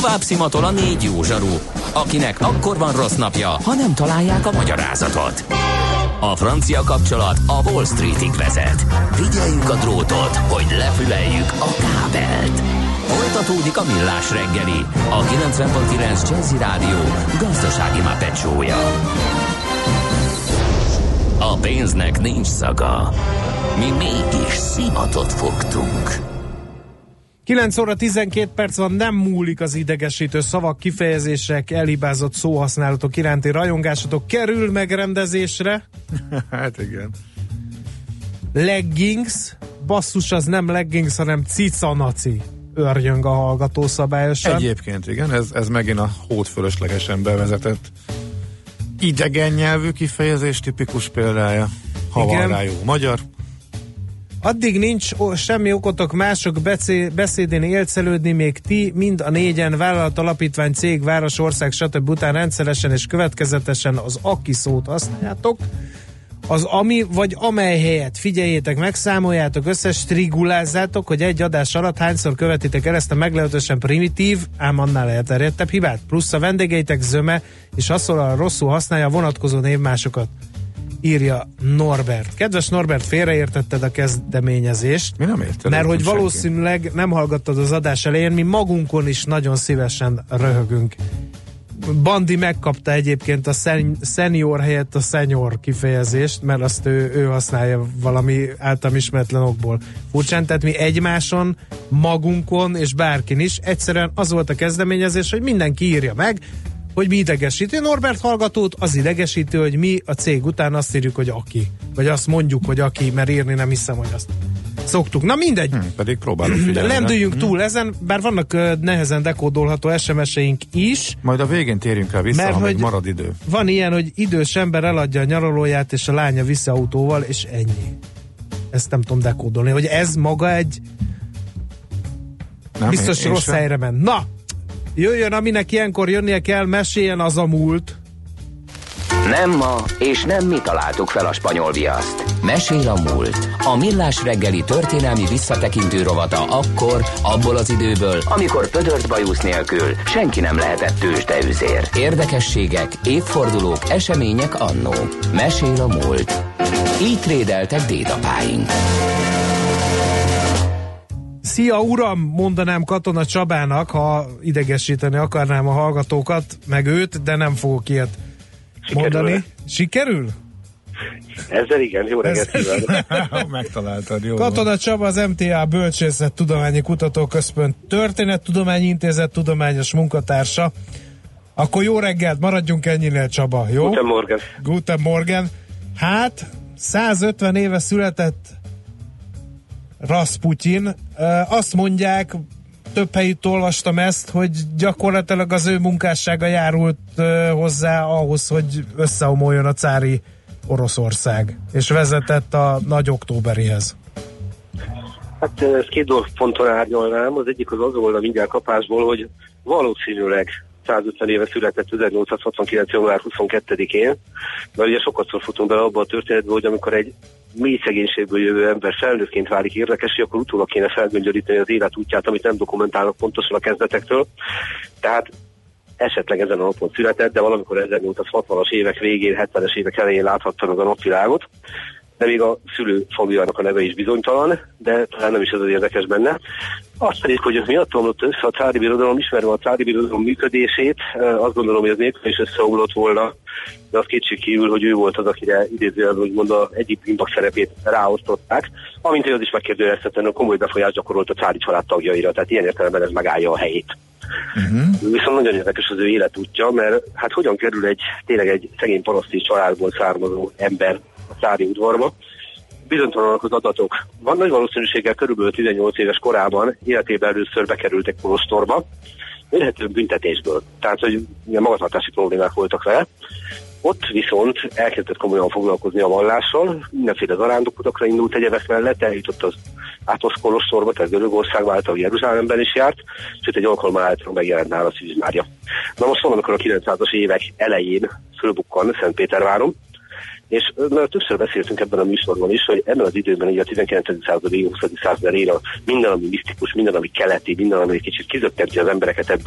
Tovább szimatol a 4 jó zsaru, akinek akkor van rossz napja, ha nem találják a magyarázatot. A francia kapcsolat a Wall Streetig vezet. Figyeljük a drótot, hogy lefüleljük a kábelt. Folytatódik a Millás reggeli, a 90.9 Jazzy Rádió gazdasági Muppet show-ja. A pénznek nincs szaga. Mi mégis szimatot fogtunk. 9 óra 12 perc van, nem múlik az idegesítő szavak, kifejezések, elhibázott szóhasználatok iránti rajongásotok kerül megrendezésre. Hát igen. Leggings, basszus, az nem leggings, hanem cicanaci. Örjöng a hallgató szabályosan. Egyébként igen, ez megint a hódfölöslegesen bevezetett idegen nyelvű kifejezés tipikus példája. Ha van rá jó magyar. Addig nincs semmi okotok mások beszédén élcelődni, még ti mind a négyen vállalat, alapítvány, cég, város, ország, stb. Után rendszeresen és következetesen az aki szót használjátok. Az ami vagy amely helyet figyeljétek meg, számoljátok össze, strigulázzátok, hogy egy adás alatt hányszor követitek el ezt a meglehetősen primitív, ám annál elterjedtebb hibát. Plusz a vendégeitek zöme és hasonlóan rosszul használja a vonatkozó névmásokat, írja Norbert. Kedves Norbert, félreértetted a kezdeményezést. Mi nem értem? Mert hogy valószínűleg nem hallgattad az adás elején, mi magunkon is nagyon szívesen röhögünk. Bandi megkapta egyébként a senior helyett a senior kifejezést, mert azt ő használja valami általam ismeretlen okból. Furcsán, tehát mi egymáson, magunkon és bárkin is. Egyszerűen az volt a kezdeményezés, hogy mindenki írja meg, hogy mi idegesítő. Norbert hallgatót az idegesítő, hogy mi a cég után azt írjuk, hogy aki. Vagy azt mondjuk, hogy aki, mert írni nem hiszem, hogy azt szoktuk. Na mindegy. Pedig próbálunk figyelni. Lendüljünk túl ezen, bár vannak nehezen dekódolható SMS-eink is. Majd a végén térjünk rá vissza, ha még marad idő. Van ilyen, hogy idős ember eladja a nyaralóját, és a lánya viszi autóval, és ennyi. Ezt nem tudom dekódolni, hogy ez maga egy nem, biztos rossz helyre ment. Na! Jöjjön, aminek ilyenkor jönnie kell, meséljen az a múlt. Nem ma, és nem mi találtuk fel a spanyol viaszt. Mesél a múlt. A Millás reggeli történelmi visszatekintő rovata akkor, abból az időből, amikor pödört bajusz nélkül senki nem lehetett tőzsdeüzér. Érdekességek, évfordulók, események annó. Mesél a múlt. Így trédeltek dédapáink. Szia uram, mondanám Katona Csabának, ha idegesíteni akarnám a hallgatókat, meg őt, de nem fogok ilyet mondani. Sikerül? Ezzel igen, jó reggelt kívánok. Megtaláltad, jó. Katona Csaba, az MTA Bölcsészettudományi Kutatóközpont Történettudományi Intézet tudományos munkatársa. Akkor jó reggelt, maradjunk ennyinél, Csaba, jó? Guten Morgen. Guten Morgen. Hát, 150 éve született Rasputin. Azt mondják, több helyütt olvastam ezt, hogy gyakorlatilag az ő munkássága járult hozzá ahhoz, hogy összeomoljon a cári Oroszország, és vezetett a nagy októberihez. Hát ezt két ponton árnyalnám. Az egyik az volna mindjárt kapásból, hogy valószínűleg 150 éve született 1869. január 22-én, mert ugye sokatszor futunk bele abba a történetbe, hogy amikor egy mély szegénységből jövő ember felnőttként válik érdekessé, akkor utólag kéne felgöngyölíteni az életútját, amit nem dokumentálnak pontosan a kezdetektől. Tehát esetleg ezen a napon született, de valamikor 1860-as évek végén, 70-es évek elején láthatta meg a napvilágot. De még a szülőfamiljának a neve is bizonytalan, de talán nem is ez az érdekes benne. Azt pedig, hogy miatt omlott össze a cári birodalom, ismerve a cári birodalom működését, azt gondolom, hogy az nélkül is összeomlott volna, de az kétségkívül, hogy ő volt az, akire idézőjelben úgymond az egyik bűnbak szerepét ráosztották, amint az is megkérdőjelezhetően komoly befolyást gyakorolt a cári család tagjaira, tehát ilyen értelemben ez megállja a helyét. Viszont nagyon érdekes az ő életútja, mert hát hogyan kerül tényleg egy szegény paraszti családból származó ember a cári udvarba. Bizonytalanak az adatok. Van nagy valószínűséggel körülbelül 18 éves korában életében először bekerült egy kolostorba, élhető büntetésből. Tehát, hogy ilyen magatartási problémák voltak vele. Ott viszont elkezdett komolyan foglalkozni a vallással, mindenféle zarándokutakra indult egyebek mellett, eljutott az Átosz kolostorba, tehát Görögországba, által Jeruzsálemben is járt, sőt egy alkalommal által megjelent nála Szűz Mária. Na most van, amikor a 900-as évek elején fölbukkan Szentpéterváron, és többször beszéltünk ebben a műsorban is, hogy ebben az időben, így a 19. századi, 20. század elején minden, ami misztikus, minden, ami keleti, minden, ami kicsit kizökkenti az embereket ebből a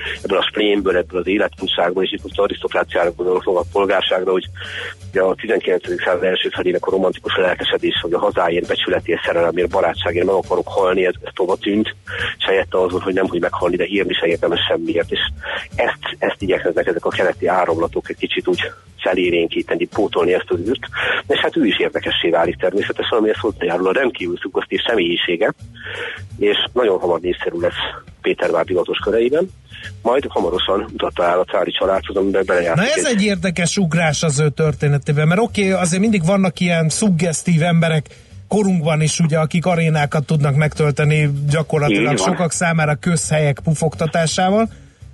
ebből a splénből, ebből az életmúságból, és itt most arisztokráciára gondolok, a polgárságra, hogy a 19. század első felének a romantikus lelkesedés, hogy a hazáért, becsületért, szerelemért, barátságért meg akarok halni, ez tova tűnt, és helyette az volt, hogy nem, hogy meghalni, de írni se érdemes semmiért, és ezt igyekeznek ezek a keleti áramlatok egy kicsit úgy felérénkíteni, pótolni ezt az űrt, és hát ő is érdekessé válik természetesen, amihez hozzájárul a rendkívül szuggesztív személyisége, és nagyon hamar népszerű lesz Pétervár divatos köreiben, majd hamarosan mutatta el a cári családhoz, amiben belejátszik. Na ez egy érdekes ugrás az ő történetében, mert azért mindig vannak ilyen szuggesztív emberek korunkban is, ugye, akik arénákat tudnak megtölteni gyakorlatilag sokak számára közhelyek pufogtatásával.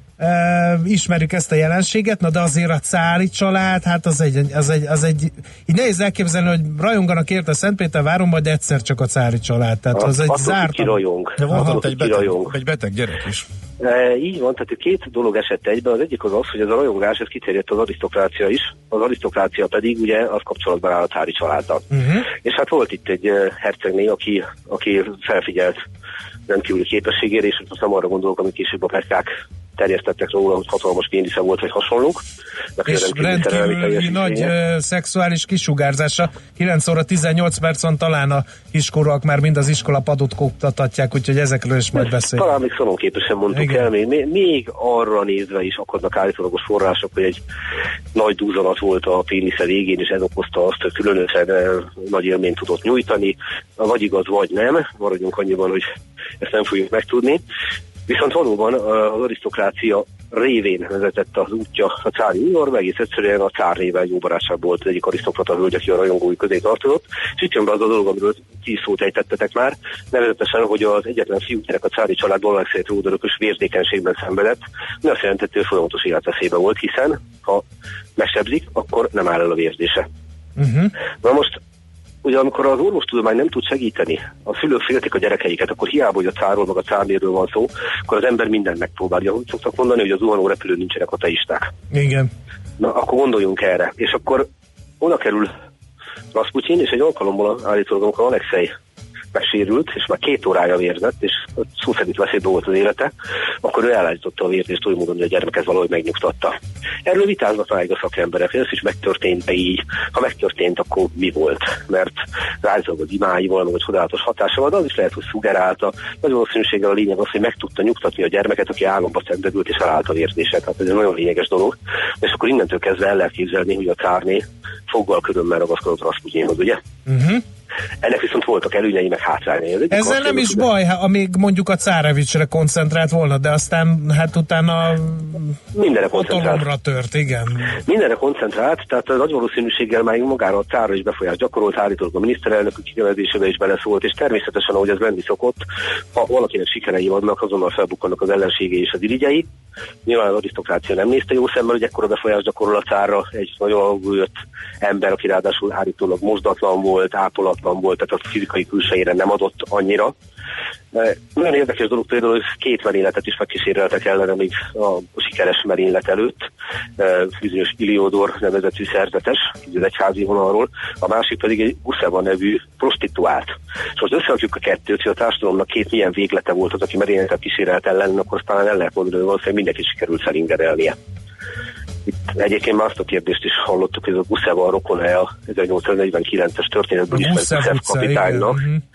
Ismerjük ezt a jelenséget, na de azért a cári család, hát az egy így nehéz elképzelni, hogy rajonganak érte Szentpéterváron, majd egyszer csak a cári család. Tehát az egy zárt. De volt ott egy beteg gyerek is. Így van, tehát két dolog esett egyben. Az egyik az, hogy ez a rajongás, ez kiterjedt az arisztokrácia is, az arisztokrácia pedig ugye az kapcsolatban áll a cári családdal. És hát volt itt egy hercegné, aki felfigyelt rendkívüli képességére, és most nem arra gondolok, amit később a pletykák terjesztettek róla, hogy hatalmas pénisze volt, vagy hasonlók. És rendkívül nagy szexuális kisugárzása. 9 óra 18 percon talán a kiskorúak már mind az iskola padot koptathatják, úgyhogy ezekről is majd beszélünk. Talán még szalonképesen mondtuk el, még arra nézve is akadnak állítólagos források, hogy egy nagy dúzanat volt a pénisze végén, és ez okozta azt, hogy különösen nagy élményt tudott nyújtani. Vagy igaz, vagy nem. Maradjunk annyiban, hogy ezt nem fogjuk megtudni. Viszont valóban az arisztokrácia révén vezetett az útja a cári udvarba, egész egyszerűen a cárnével jó barátság volt az egyik arisztokrata hölgy, aki a rajongói közé tartozott. És itt jön be az a dolog, amiről 10 szót ejtettetek már, nevezetesen, hogy az egyetlen fiúgyerek a cári családból megszélt ródörökös vérzékenységben szenvedett, de azt jelentett, hogy folyamatos életveszélybe volt, hiszen ha megsebzik, akkor nem áll el a vérzése. Na most, ugye amikor az orvostudomány nem tud segíteni, a szülők féltik a gyerekeiket, akkor hiába, hogy a cárról, meg a cárnéről van szó, akkor az ember mindent megpróbálja. Úgy szoktak mondani, hogy az zuhanó repülőn nincsenek ateisták. Igen. Na, akkor gondoljunk erre. És akkor oda kerül Rasputin, és egy alkalommal állítólag, amikor Alexei megsérült, és már 2 órája vérzett, és szó szerint veszélyben volt az élete, akkor ő elállította a vérzést úgy módon, hogy a gyermeket valahogy megnyugtatta. Erről vitáznak máig a szakemberek, ez is megtörtént-e így, ha megtörtént, akkor mi volt? Mert állítólag az imáival, vagy csodálatos hatásával, de az is lehet, hogy szugerálta. Nagy valószínűséggel a lényeg az, hogy meg tudta nyugtatni a gyermeket, aki álomba szenvedült, és elállt a vérzéset. Hát ez egy nagyon lényeges dolog. És akkor innentől kezdve el lehet képzelni, hogy a cárné foggal körömmel ragaszkodott Rasputinhoz, ugye? Ennek viszont voltak előnyei, meg hátrányai. Ezzel nem is baj, amíg mondjuk a Cárevicsre koncentrált volna, de aztán hát utána mindenre koncentrált. Tört, igen. Mindenre koncentrált, tehát nagy valószínűséggel már magára a cára is befolyást gyakorolt, állítólag a miniszterelnök kinevezésébe is beleszólt, és természetesen, ahogy ez lenni szokott, ha valakinek sikerei vannak, azonnal felbukkannak az ellenségei és az irigyei. Nyilván az arisztokrácia nem nézte jó szemmel, hogy ekkora befolyást gyakorol a cárra egy nagyon alulgőtt ember, aki ráadásul állítólag mosdatlan volt, ápolatlan volt, tehát a fizikai külsejére nem adott annyira. Nagyon érdekes dolog például, hogy 2 merényletet is megkíséreltek ellene még a sikeres merénylet előtt, bizonyos Iliodor nevezetű szerzetes, az egyházi vonalról, a másik pedig egy Guszeva nevű prostituált. És most összeadjuk a kettőt, hogy a társadalomnak 2 milyen véglete volt az, aki merényletet kísérelt ellen, akkor talán el lehet mondani, hogy valószínűleg mindenki sikerült felingerelnie. Itt egyébként már azt a kérdést is hallottuk, hogy a Guszeva rokona a 1849-es történetből ismert Guszев kapitánynak.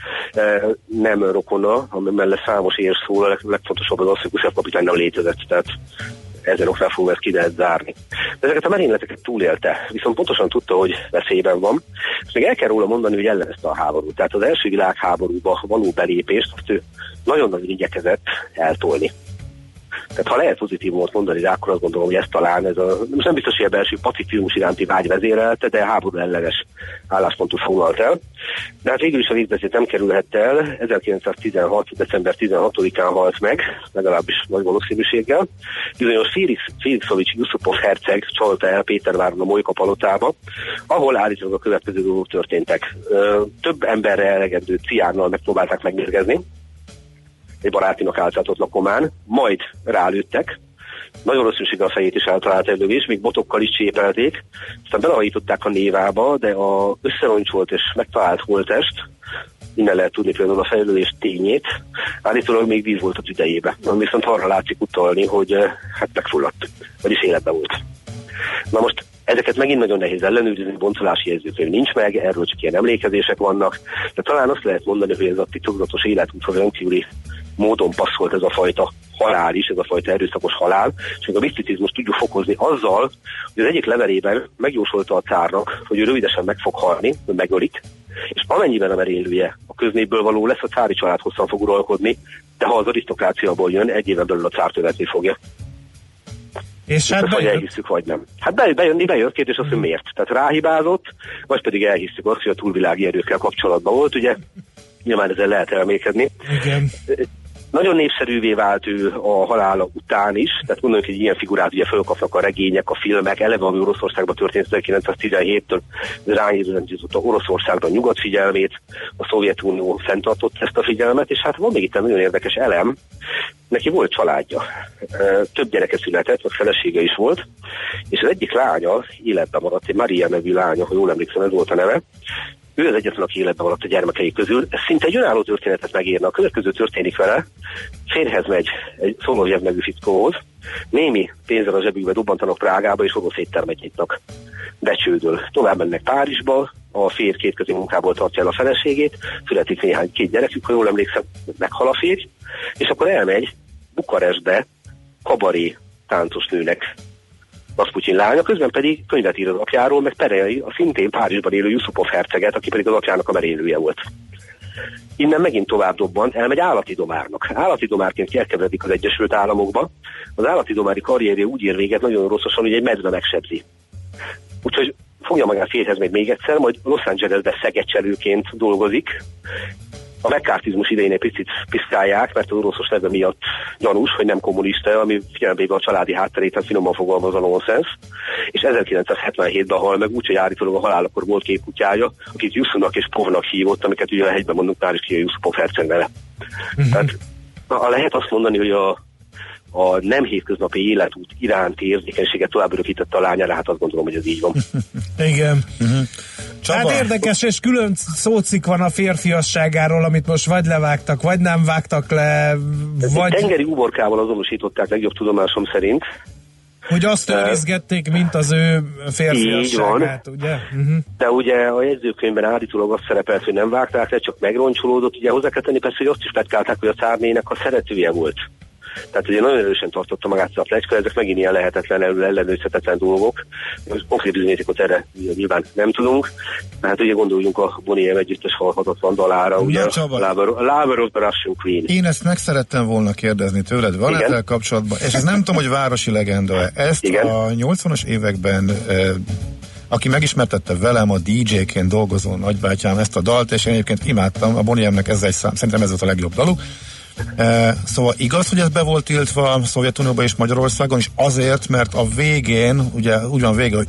Nem rokona, amellett számos ér szól, a legfontosabb az, hogy Guszef kapitány nem létezett, tehát ezen oknál fogva ezt ki lehet zárni. De ezeket a merényleteket túlélte, viszont pontosan tudta, hogy veszélyben van, és még el kell róla mondani, hogy ellenezte a háborút. Tehát az első világháborúba való belépést azt ő nagyon-nagyon igyekezett eltolni. Tehát ha lehet pozitívumot mondani, de akkor azt gondolom, hogy ez talán ez a, nem biztos, hogy a belső pacifizmus iránti vágy vezérelte, de háború ellenes álláspontot foglalt el. De hát végül is a végbeszéd nem kerülhette el, 1916. december 16-án halt meg, legalábbis nagy valószínűséggel. Bizonyos Félixovics Jusszupov herceg csalta el Péterváron a Molyka palotába, ahol állítólag a következő dolgok történtek. Több emberre elegendő ciánnal megpróbálták megmérgezni, egy barátinak általátott lakomán, majd rálőttek, nagy valószínűséggel a fejét is eltalált elővés, még botokkal is csépelték, aztán belehajították a névába, de a összeroncsolt és megtalált holttest Innen lehet tudni például a fejlődés tényét. Állítólag még víz volt a tüdejébe, ami viszont arra látszik utalni, hogy hát megfulladt, vagyis életben volt. Na most ezeket megint nagyon nehéz ellenőrizni, boncolási jegyzőkönyv nincs meg, erről csak ilyen emlékezések vannak, de talán azt lehet mondani, hogy ez a titokzatos életúthoz rendkívüli módon passzolt ez a fajta halál is, ez a fajta erőszakos halál, és még a miszticizmus tudjuk fokozni azzal, hogy az egyik levelében megjósolta a cárnak, hogy ő rövidesen meg fog halni, hogy megölik, és amennyiben a merénylője a köznépből való lesz, a cári család hosszan fog uralkodni, de ha az arisztokráciából jön, egy éven belül a cár követni fogja. És hát vagy elhisszük, vagy nem. Hát bejött, kérdés az, hogy miért. Tehát ráhibázott, vagy pedig elhisszük azt, hogy a túlvilági erőkkel kapcsolatban volt, ugye? Nyilván ezzel lehet elmélkedni. Igen. Nagyon népszerűvé vált ő a halála után is, tehát gondoljuk, hogy ilyen figurát ugye fölkapnak a regények, a filmek, eleve ami Oroszországban történt 1917-től rányította Oroszországban nyugat figyelmét, a Szovjetunió fenntartott ezt a figyelmet, és hát van még itt egy nagyon érdekes elem, neki volt családja, több gyereke született, vagy felesége is volt, és az egyik lánya életben maradt, egy Maria nevű lánya, ha jól emlékszem, ez volt a neve. Ő az egyetlen, aki életben maradt a gyermekei közül. Ez szinte egy önálló történetet megírna. A következő történik vele. Férjhez megy egy Szolovjev nevű fickóhoz. Némi pénzzel a zsebükbe dobbantanak Prágába, és orosz éttermet nyitnak. Becsődöl. Tovább mennek Párizsba. A férj kétkezi munkából tartja el a feleségét. Születik két gyerekük, ha jól emlékszem, meghal a férj. És akkor elmegy Bukarestbe kabaré táncos nőnek Raszputyin lánya, közben pedig könyvet ír az apjáról, meg pereli a szintén Párizsban élő Yusupov herceget, aki pedig az apjának a merénylője volt. Innen megint tovább dobbant, elmegy állati domárnak. Állati domárként elkeveredik az Egyesült Államokba. Az állati domári karrierje úgy ér véget nagyon rosszasan, hogy egy medve megsebzi. Úgyhogy fogja magát férjhez még egyszer, majd Los Angelesbe szegecselőként dolgozik. A megkártizmus idején egy picit piszkálják, mert az oroszos neve miatt gyanús, hogy nem kommunista, ami figyelembe a családi hátterét, hát finoman fogalmaz a nonsens. És 1977-ben hal meg, úgyhogy állítólag a halálakor volt két kutyája, akit Jussunak és Povnak hívott, amiket ugye a hegyben mondunk már is ki a Yusupov herceg neve. Tehát lehet azt mondani, hogy a nem hétköznapi életút iránti érzékenységet tovább örökítette a lányára, hát azt gondolom, hogy ez így van. Igen. Hát érdekes, és külön szócikk van a férfiasságáról, amit most vagy levágtak, vagy nem vágtak le, vagy... Tengeri uborkával azonosították legjobb tudomásom szerint. Hogy azt őrizgették, mint az ő férfiasságát, ugye? De ugye a jegyzőkönyvben állítólag azt szerepelt, hogy nem vágták le, csak megroncsolódott. Ugye hozzá kell tenni persze, hogy azt is pletkálták, hogy a cárnének a szeretője volt. Tehát ugye nagyon erősen tartotta magát a plecska, ezek megint ilyen lehetetlen, ellenőrizhetetlen dolgok. Konkrét bizonyítékot erre nyilván nem tudunk. Hát ugye gondoljunk a Bonnie M együttes halhatatlan dalára, ugye a Lover of the Russian Queen. Én ezt meg szerettem volna kérdezni tőled, van ezzel kapcsolatban, és ez nem tudom, hogy városi legenda. Ezt igen? A 80-as években aki megismertette velem, a DJ-ként dolgozó nagybátyám ezt a dalt, és én egyébként imádtam, a Bonnie M-nek ez egy szám, szerintem ez volt a legjobb daluk. Szóval igaz, hogy ez be volt tiltva a Szovjetunióban és Magyarországon, és azért, mert a végén, ugye úgy van vége, hogy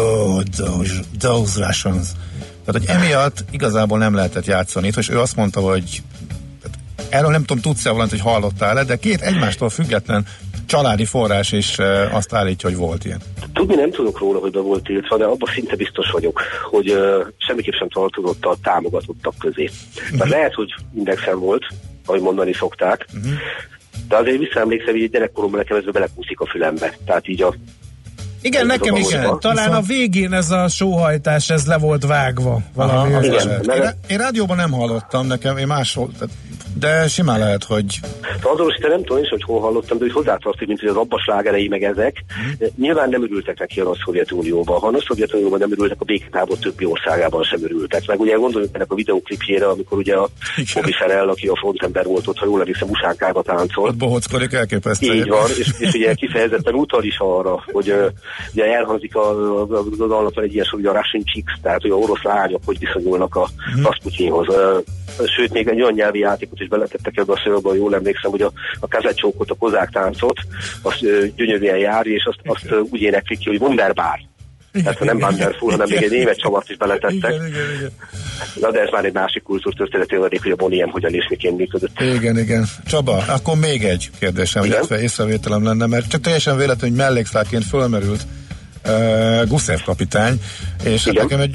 those Russians. Tehát, hogy emiatt igazából nem lehetett játszani. És ő azt mondta, hogy erről nem tudom, tudsz-e valamit, hogy hallottál-e, de két egymástól független családi forrás is azt állítja, hogy volt ilyen. Tudni nem tudok róla, hogy be volt tiltva, de abban szinte biztos vagyok, hogy semmiképp sem tartozott a támogatottak közé. Tehát lehet, hogy indexen volt, ahogy mondani szokták, de azért visszaemlékszem, hogy egy gyerekkoromban nekem ez belekúszik a fülembe. Tehát így igen, nekem is. Talán a végén ez a sóhajtás, ez le volt vágva. Valami én rádióban nem hallottam, nekem én máshol, de simán lehet, hogy... Azonosítani nem tudom is, hogy hol hallottam, de hogy hozzátartozik, mint hogy az Abba slágerei meg ezek. Nyilván nem örültek neki a Szovjetunióban. Ha a Szovjetunióban nem örültek, a béketábor többi országában sem örültek. Meg ugye gondoljuk ennek a videóklipjére, amikor ugye a Bobby Ferrell, aki a frontember volt ott, ha jól emlékszem, usánkába táncol. Ott bohockodik elképesztő. Így van, és ugye kifejezetten utal is arra, hogy ugye elhangzik a dalnak egy ilyen szó, hogy a Russian chicks, tehát hogy a orosz lányok hogy viszonyulnak a Rasputyinhoz. Sőt, még egy olyan nyelvi játékot is beletettek ebbe a szövegbe, jól emlékszem, hogy a kazecsókot, a kozák táncot, azt gyönyörűen járja, és azt úgy éneklik ki, hogy Wunderbar. Tehát nem Wonderful, hanem még egy német csavart is beletettek. Igen. Na, de ez már egy másik kultúrtörténeti adék, hogy a Bonnie M hogyan és miként működött. Igen. Csaba, akkor még egy kérdésem, illetve észrevételem lenne, mert csak teljesen véletlenül, hogy mellékszálként fölmerült Gusev kapitány, és nekem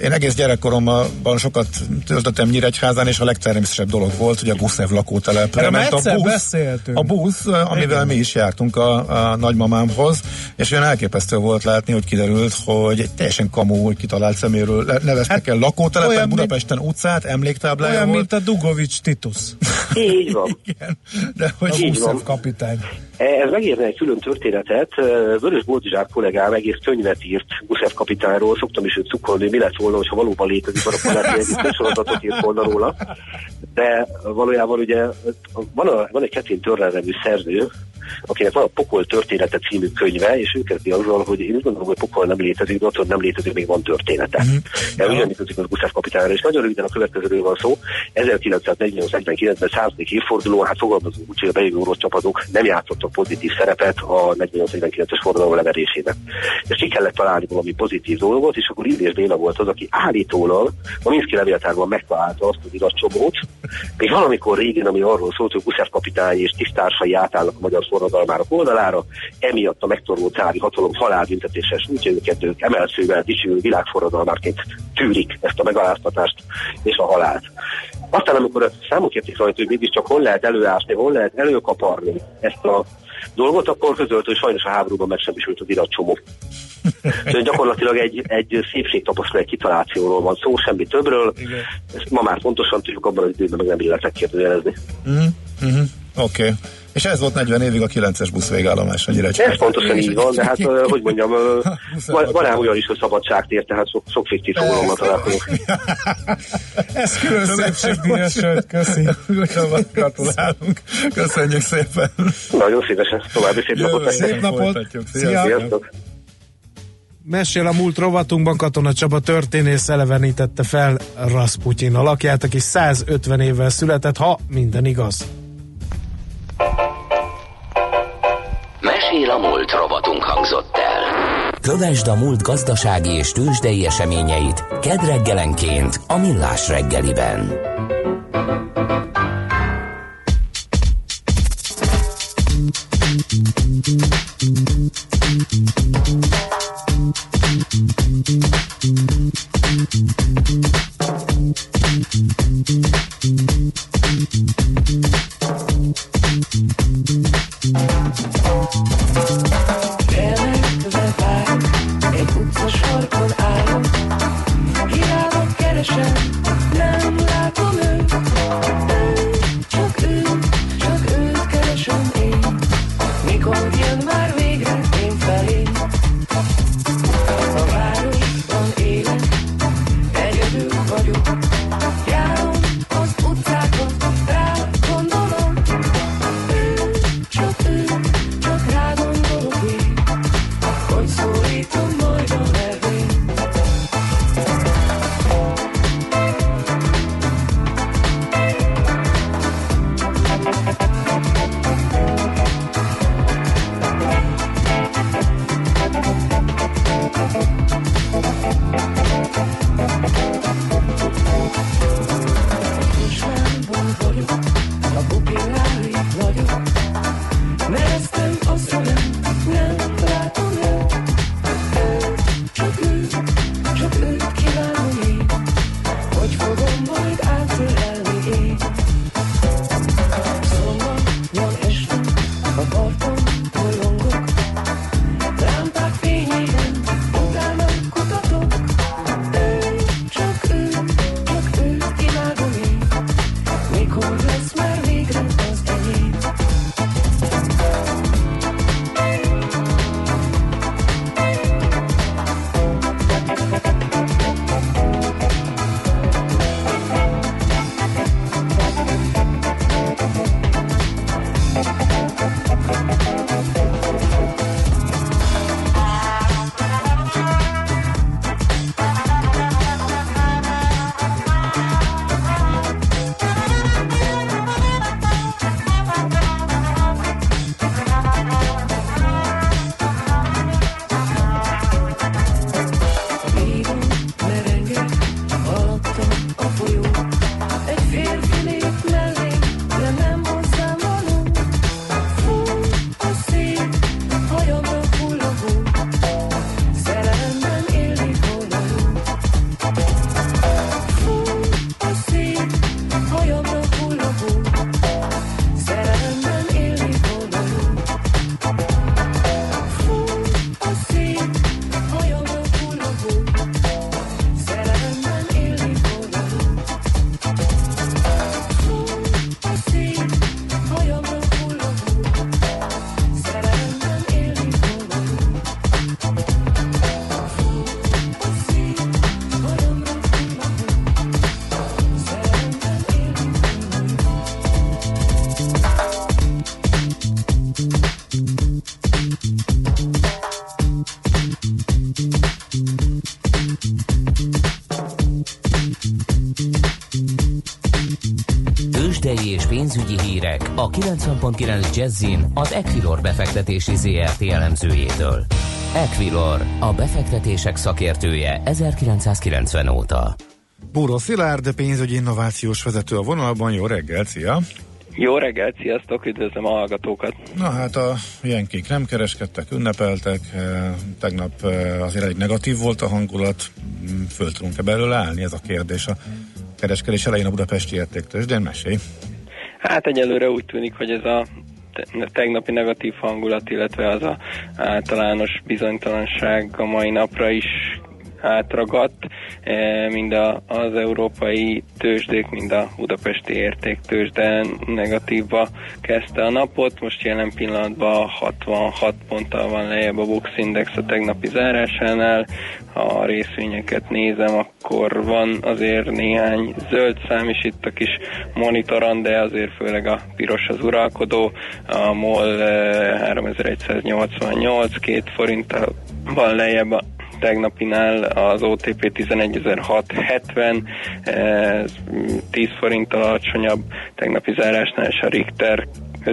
Én egész gyerekkoromban sokat töltöttem Nyíregyházán, és a legtermészetesebb dolog volt, hogy a Guszev lakótelepre ment a busz, amivel mi is jártunk a nagymamámhoz, és olyan elképesztő volt látni, hogy kiderült, hogy egy teljesen kamú, kitalált szeméről neveztek el lakótelepet, Budapesten utcát, emléktáblája olyan, volt. mint a Dugovics Titus. Így van. Igen, de hogy a Guszev kapitány. Ez megérne egy külön történetet. Vörös Boldizsák kollégám egész könyvet írt Guszev kapitányról, szoktam is őt cukkolni, mi lett volna, hogyha valóban létezik, akkor lehet, hogy egy sorozatot írt volna róla. De valójában ugye van egy Kathleen Turner nevű szerző, akinek van a Pokol története című könyve, és ő kezdi azzal, hogy én úgy gondolom, hogy Pokol nem létezik, de ott nem létezik, még van története. Ugyanígy kötik az Guszev kapitányra, és nagyon röviden a következőről van szó. 1948-49-ben 100. évfordulón, hát fogalmazunk úgy, hogy a bejövő orosz csapatok nem játszottak pozitív szerepet a 48-49-es forradalom leverésében. És ki kellett találni valami pozitív dolgot, és akkor Illés Béla volt az, aki állítólag a Minszki levéltárban megtalálta azt az iratcsomót, még valamikor régen, ami arról szólt, hogy Guszev kapitány és tisztársai átállnak a magyar forradalmának oldalára, emiatt a megtorló cári hatalom halálbüntetéssel sújtja őket, ők emelszővel dicső világforradalmárként tűrik ezt a megaláztatást és a halált. Aztán, amikor számon kérték rajta, hogy mégiscsak hol lehet előásni, hol lehet előkaparni ezt a dolgot, akkor közölt, hogy sajnos a háborúban megsemmisült az iratcsomó. Gyakorlatilag egy szépségtapasztalat kitalációról van szó, semmi többről. Ezt ma már pontosan tudjuk, abban az időben meg nem illetve kérdőjelezni. Oké. És ez volt 40 évig a 9-es busz végállomás, annyira egy. Ez pontosan így van, de hát, hogy mondjam, van ám olyan is, hogy szabadságtér, tehát sok fiktív fogalommal találkozunk. Ez külön szépségdíjas, köszi. Gratulálunk. Köszönjük szépen. Nagyon szívesen. További szép napot. Szép napot. Sziasztok. Mesél a múlt rovatunkban Katona Csaba történész elevenítette fel Rasputin alakját, aki 150 évvel született, ha minden igaz. Mesél a múlt rovatunk hangzott el. Kövesd a múlt gazdasági és tőzsdei eseményeit kedd reggelenként a Millás reggeliben. a 90.9 Jazzin az Equilor befektetési ZRT elemzőjétől. Equilor, a befektetések szakértője 1990 óta. Búró Szilárd, pénzügyi innovációs vezető a vonalban. Jó reggelt, szia! Jó reggelt, sziasztok, üdvözlöm a hallgatókat! Na hát a Jenkék nem kereskedtek, ünnepeltek, tegnap azért elég negatív volt a hangulat, föl tudunk-e belőle állni, ez a kérdés a kereskedés elején a budapesti értéktőzsdén, mesélj! Hát egyelőre úgy tűnik, hogy ez a tegnapi negatív hangulat, illetve az a általános bizonytalanság a mai napra is átragadt, mind az európai tőzsdék, mind a budapesti értéktőzsde negatívba kezdte a napot. Most jelen pillanatban 66 ponttal van lejjebb a Bux Index a tegnapi zárásánál. Ha a részvényeket nézem, akkor van azért néhány zöld szám is itt a kis monitoron, de azért főleg a piros az uralkodó. A MOL 3188, 2 forinttal van lejjebb a tegnapinál, az OTP 11.670, 10 forinttal alacsonyabb tegnapi zárásnál, és a Richter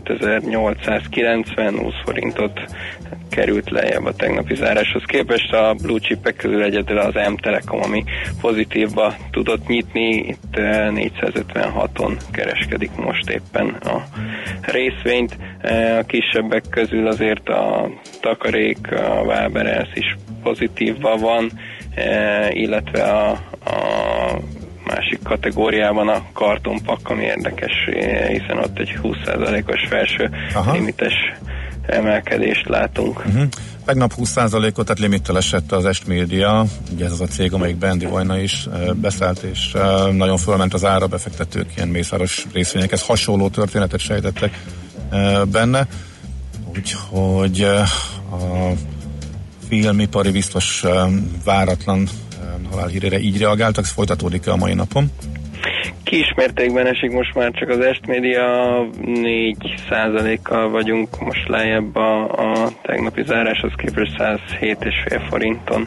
5890, 20 forintot került lejjebb a tegnapi záráshoz képest. A blue chipek közül egyedül az M-Telekom, ami pozitívba tudott nyitni, itt 456-on kereskedik most éppen a részvényt. A kisebbek közül azért a Takarék, a Waberers is pozitívban van, illetve a másik kategóriában a kartonpak, ami érdekes, hiszen ott egy 20%-os felső limites emelkedést látunk. Tegnap 20%-ot, tehát limittel esett az Est Media, ugye ez az a cég, amelyik Bendi Vajna is beszállt, és nagyon fölment az ára, befektetők ilyen mészáros részvényekhez hasonló történetet sejtettek benne, úgyhogy a filmipari biztos váratlan halálhírére így reagáltak, ez folytatódik-e a mai napon? Kismértékben esik most már csak az Est Media, 4%-kal vagyunk most lejjebb a tegnapi záráshoz képest 107,5 forinton.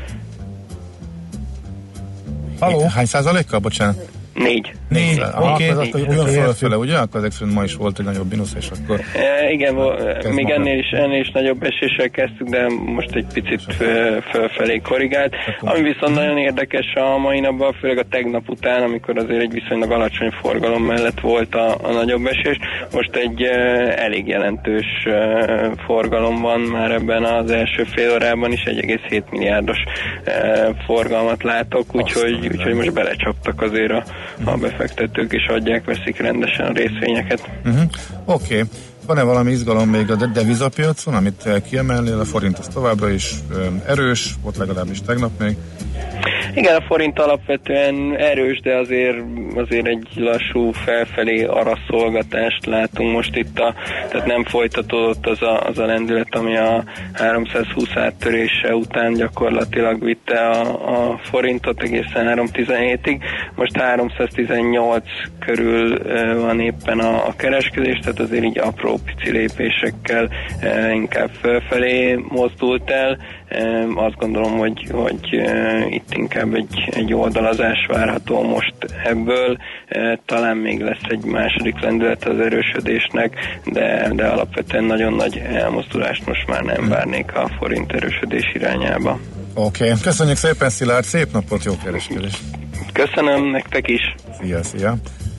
Halló? Hány százalékkal? Bocsánat. 4. Oké. Olyan fölfele, ugye? Akkor ezek szerint ma is volt egy nagyobb mínusz, és akkor... Igen, még ennél is nagyobb eséssel kezdtük, de most egy picit fölfelé korrigált. Ami viszont nagyon érdekes a mai napban, főleg a tegnap után, amikor azért egy viszonylag alacsony forgalom mellett volt a nagyobb esés. Most egy elég jelentős forgalom van már ebben az első fél órában is, 1,7 milliárdos forgalmat látok, úgyhogy most belecsaptak azért a befektetők, és veszik rendesen a részvényeket. Oké. Van-e valami izgalom még a devizapiacon, amit kiemelnél? A forint az továbbra is erős, ott legalábbis tegnap még. Igen, a forint alapvetően erős, de azért egy lassú felfelé araszolgatást látunk most itt, tehát nem folytatódott az a lendület, ami a 320 áttörése után gyakorlatilag vitte a forintot egészen 317-ig. Most 318 körül van éppen a kereskedés, tehát azért így apró pici lépésekkel inkább felfelé mozdult el. Azt gondolom, hogy itt inkább egy oldalazás várható most ebből. Talán még lesz egy második lendület az erősödésnek, de alapvetően nagyon nagy elmozdulást most már nem várnék a forint erősödés irányába. Oké. Köszönjük szépen, Szilárd, szép napot, jó kereskedést! Köszönöm, nektek is! Szia!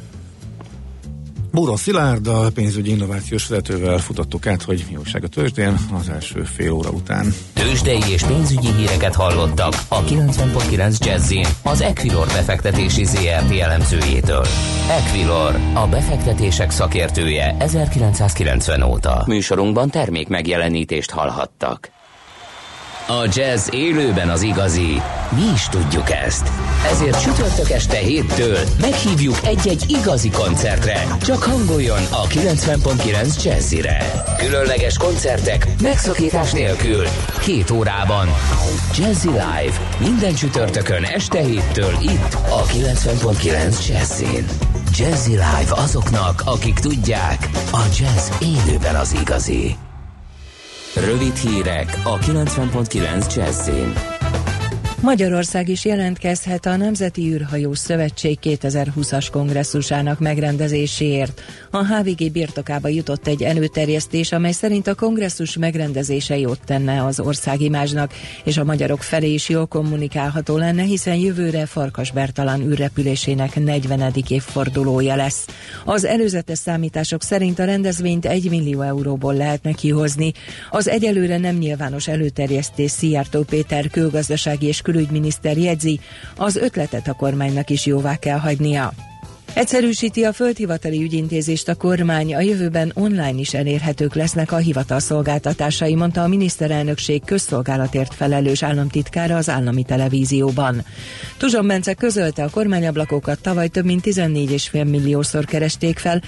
Búró Szilárd, a pénzügyi innovációs vezetővel futottuk át, hogy mi újság a tőzsdén az első fél óra után. Tőzsdei és pénzügyi híreket hallottak a 90.9 Jazzin az Equilor befektetési ZRT elemzőjétől. Equilor, a befektetések szakértője 1990 óta. Műsorunkban termék megjelenítést hallhattak. A jazz élőben az igazi. Mi is tudjuk ezt. Ezért csütörtök este 7-től meghívjuk egy-egy igazi koncertre. Csak hangoljon a 90.9 Jazzire. Különleges koncertek megszakítás nélkül. 2 órában. Jazzy Live. Minden csütörtökön este 7-től itt a 90.9 Jazzin. Jazzy Live azoknak, akik tudják, a jazz élőben az igazi. Rövid hírek a 90.9 Jazzin. Magyarország is jelentkezhet a Nemzeti űrhajós Szövetség 2020-as kongresszusának megrendezéséért. A HVG birtokába jutott egy előterjesztés, amely szerint a kongresszus megrendezése jót tenne az országimázsnak, és a magyarok felé is jól kommunikálható lenne, hiszen jövőre Farkas Bertalan űrrepülésének 40. évfordulója lesz. Az előzetes számítások szerint a rendezvényt 1 millió euróból lehetne kihozni. Az egyelőre nem nyilvános előterjesztés Szijjártó Péter külgazdasági és külügyminiszter jegyzi, az ötletet a kormánynak is jóvá kell hagynia. Egyszerűsíti a földhivatali ügyintézést a kormány, a jövőben online is elérhetők lesznek a hivatal szolgáltatásai, mondta a miniszterelnökség közszolgálatért felelős államtitkára az állami televízióban. Tuzson Bence közölte, a kormányablakokat tavaly több mint 14,5 milliószor keresték fel,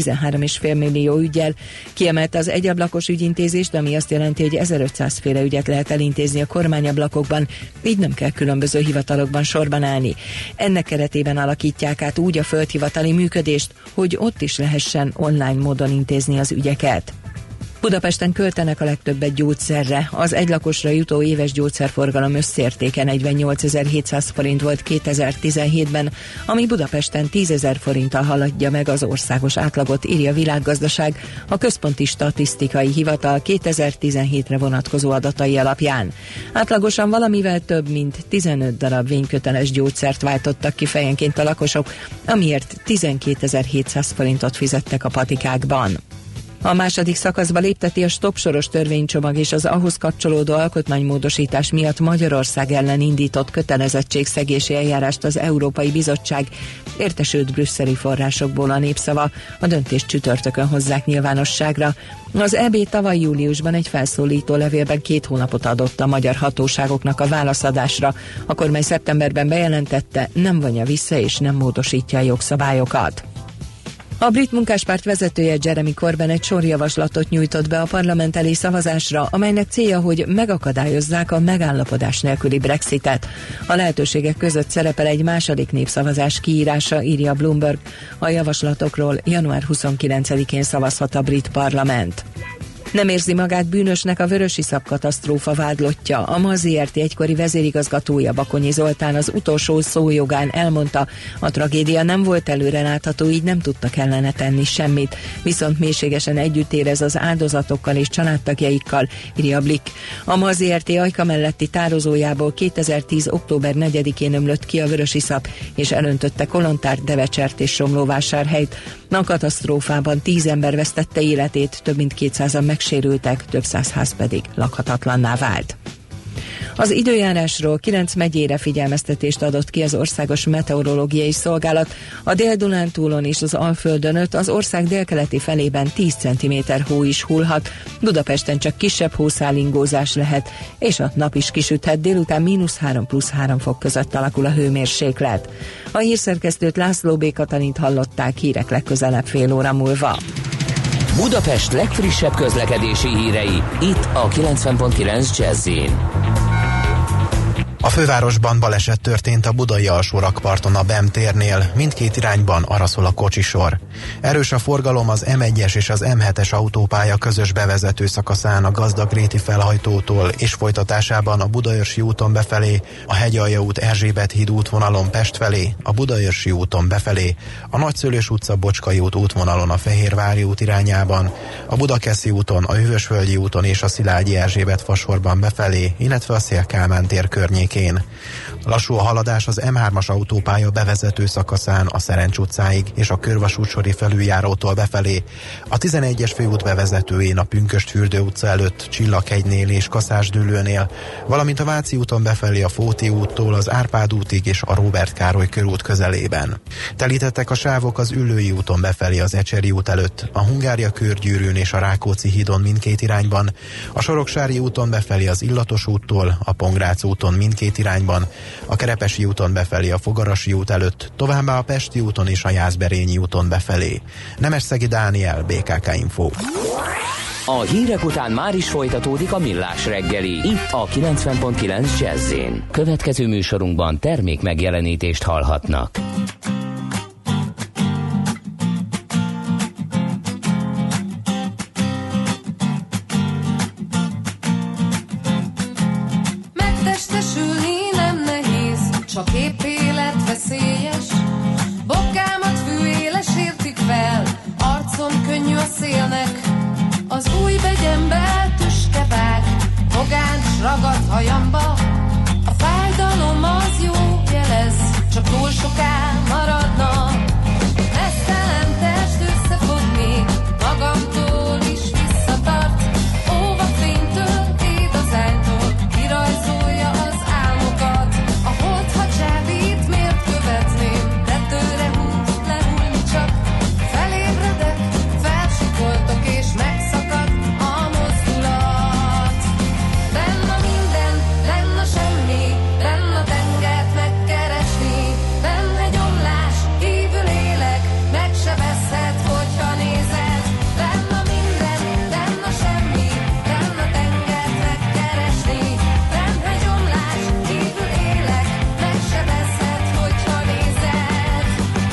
13,5 millió üggyel. Kiemelte az egyablakos ügyintézést, ami azt jelenti, hogy 1500 féle ügyet lehet elintézni a kormányablakokban, így nem kell különböző hivatalokban sorban állni. Ennek keretében alakítják át úgy a földhivatali működést, hogy ott is lehessen online módon intézni az ügyeket. Budapesten költenek a legtöbbet gyógyszerre. Az egylakosra jutó éves gyógyszerforgalom összértéke 48.700 forint volt 2017-ben, ami Budapesten 10.000 forinttal haladja meg az országos átlagot, írja a Világgazdaság, a Központi Statisztikai Hivatal 2017-re vonatkozó adatai alapján. Átlagosan valamivel több mint 15 darab vényköteles gyógyszert váltottak ki fejenként a lakosok, amiért 12.700 forintot fizettek a patikákban. A második szakaszba lépteti a Stop soros törvénycsomag és az ahhoz kapcsolódó alkotmánymódosítás miatt Magyarország ellen indított kötelezettségszegési eljárást az Európai Bizottság, értesült brüsszeli forrásokból a Népszava, a döntést csütörtökön hozzák nyilvánosságra. Az EB tavaly júliusban egy felszólító levélben 2 hónapot adott a magyar hatóságoknak a válaszadásra. A kormány szeptemberben bejelentette, nem vonja vissza és nem módosítja a jogszabályokat. A brit munkáspárt vezetője Jeremy Corbyn egy sor javaslatot nyújtott be a parlament elé szavazásra, amelynek célja, hogy megakadályozzák a megállapodás nélküli Brexitet. A lehetőségek között szerepel egy második népszavazás kiírása, írja Bloomberg. A javaslatokról január 29-én szavazhat a brit parlament. Nem érzi magát bűnösnek a vörösiszap katasztrófa vádlottja. A MAZ Zrt. Egykori vezérigazgatója, Bakonyi Zoltán az utolsó szó jogán elmondta, a tragédia nem volt előrelátható, így nem tudtak ellene tenni semmit. Viszont mélységesen együtt érez az áldozatokkal és családtagjaikkal, írja Blick. A MAZ Zrt. Ajka melletti tározójából 2010. október 4-én ömlött ki a vörösiszap, és elöntötte Kolontárt, Devecsert és Somlóvásárhelyt. A katasztrófában 10 ember vesztette életét, több mint 200-an megsérültek, több száz ház pedig lakhatatlanná vált. Az időjárásról 9 megyére figyelmeztetést adott ki az Országos Meteorológiai Szolgálat. A Dél-Dunántúlon és az Alföldön, az ország délkeleti felében 10 cm hó is hullhat, Budapesten csak kisebb hószálingózás lehet, és a nap is kisüthet, délután -3 + 3 fok között alakul a hőmérséklet. A hírszerkesztőt, László B. Katalint hallották, hírek legközelebb fél óra múlva. Budapest legfrissebb közlekedési hírei, itt a 90.9 Jazz-in. A fővárosban baleset történt a budai alsórakparton a BEM térnél, mindkét irányban araszol a kocsisor. Erős a forgalom az M1-es és az M7-es autópálya közös bevezető szakaszán a Gazdagréti felhajtótól és folytatásában a Budaörsi úton befelé, a Hegyalja út Erzsébet híd útvonalon Pest felé, a Budaörsi úton befelé, a Nagyszőlős utca Bocskai út útvonalon a Fehérvári út irányában, a Budakeszi úton, a Hűvösvölgyi úton és a Szilágyi Erzsébet fasorban befelé, illetve a Széll-Kálmán tér környékén. Lassú a haladás az M3-as autópálya bevezető szakaszán a Szerencs utcáig és a Körvasútsori felüljárótól befelé, a 11-es főút bevezetőjén a Pünkösdfürdő utca előtt, Csillaghegynél és Kaszásdőlőnél, valamint a Váci úton befelé a Fóti úttól az Árpád útig és a Róbert Károly körút közelében. Telítettek a sávok az Üllői úton befelé az Ecseri út előtt, a Hungária körgyűrűn és a Rákóczi hídon mindkét irányban, a Soroksári úton befelé az Illatos úttól, a Pongrác úton mindkét irányban, a Kerepesi úton befelé a Fogarasi út előtt, továbbá a Pesti úton és a Jászberényi úton befelé. Nemesszegi Dániel, BKK Info. A hírek után már is folytatódik a Millás reggeli, itt a 90.9 Jazz-in. Következő műsorunkban termék megjelenítést hallhatnak. Megtestesülni nem ragadt hajamba. A fájdalom az jó jelez, csak túl soká maradna. Mesztelen test összefogni, magamtól is visszatart. Óvafénytől, édazánytól kirajzolja az álmokat. A hold, ha csábít, miért követném? Tetőre húz, lehúlni csak. Felébredek, felsikoltok és megszakad a mozdulat. Benn a minden, benn a semmi, benn a tengert megkeresni. Benn egy omlás, kívül élek, megsebezhet, hogyha nézed. Benn a minden, benn a semmi, benn a tengert megkeresni. Benn egy omlás, kívül élek, megsebezhet, hogyha nézed.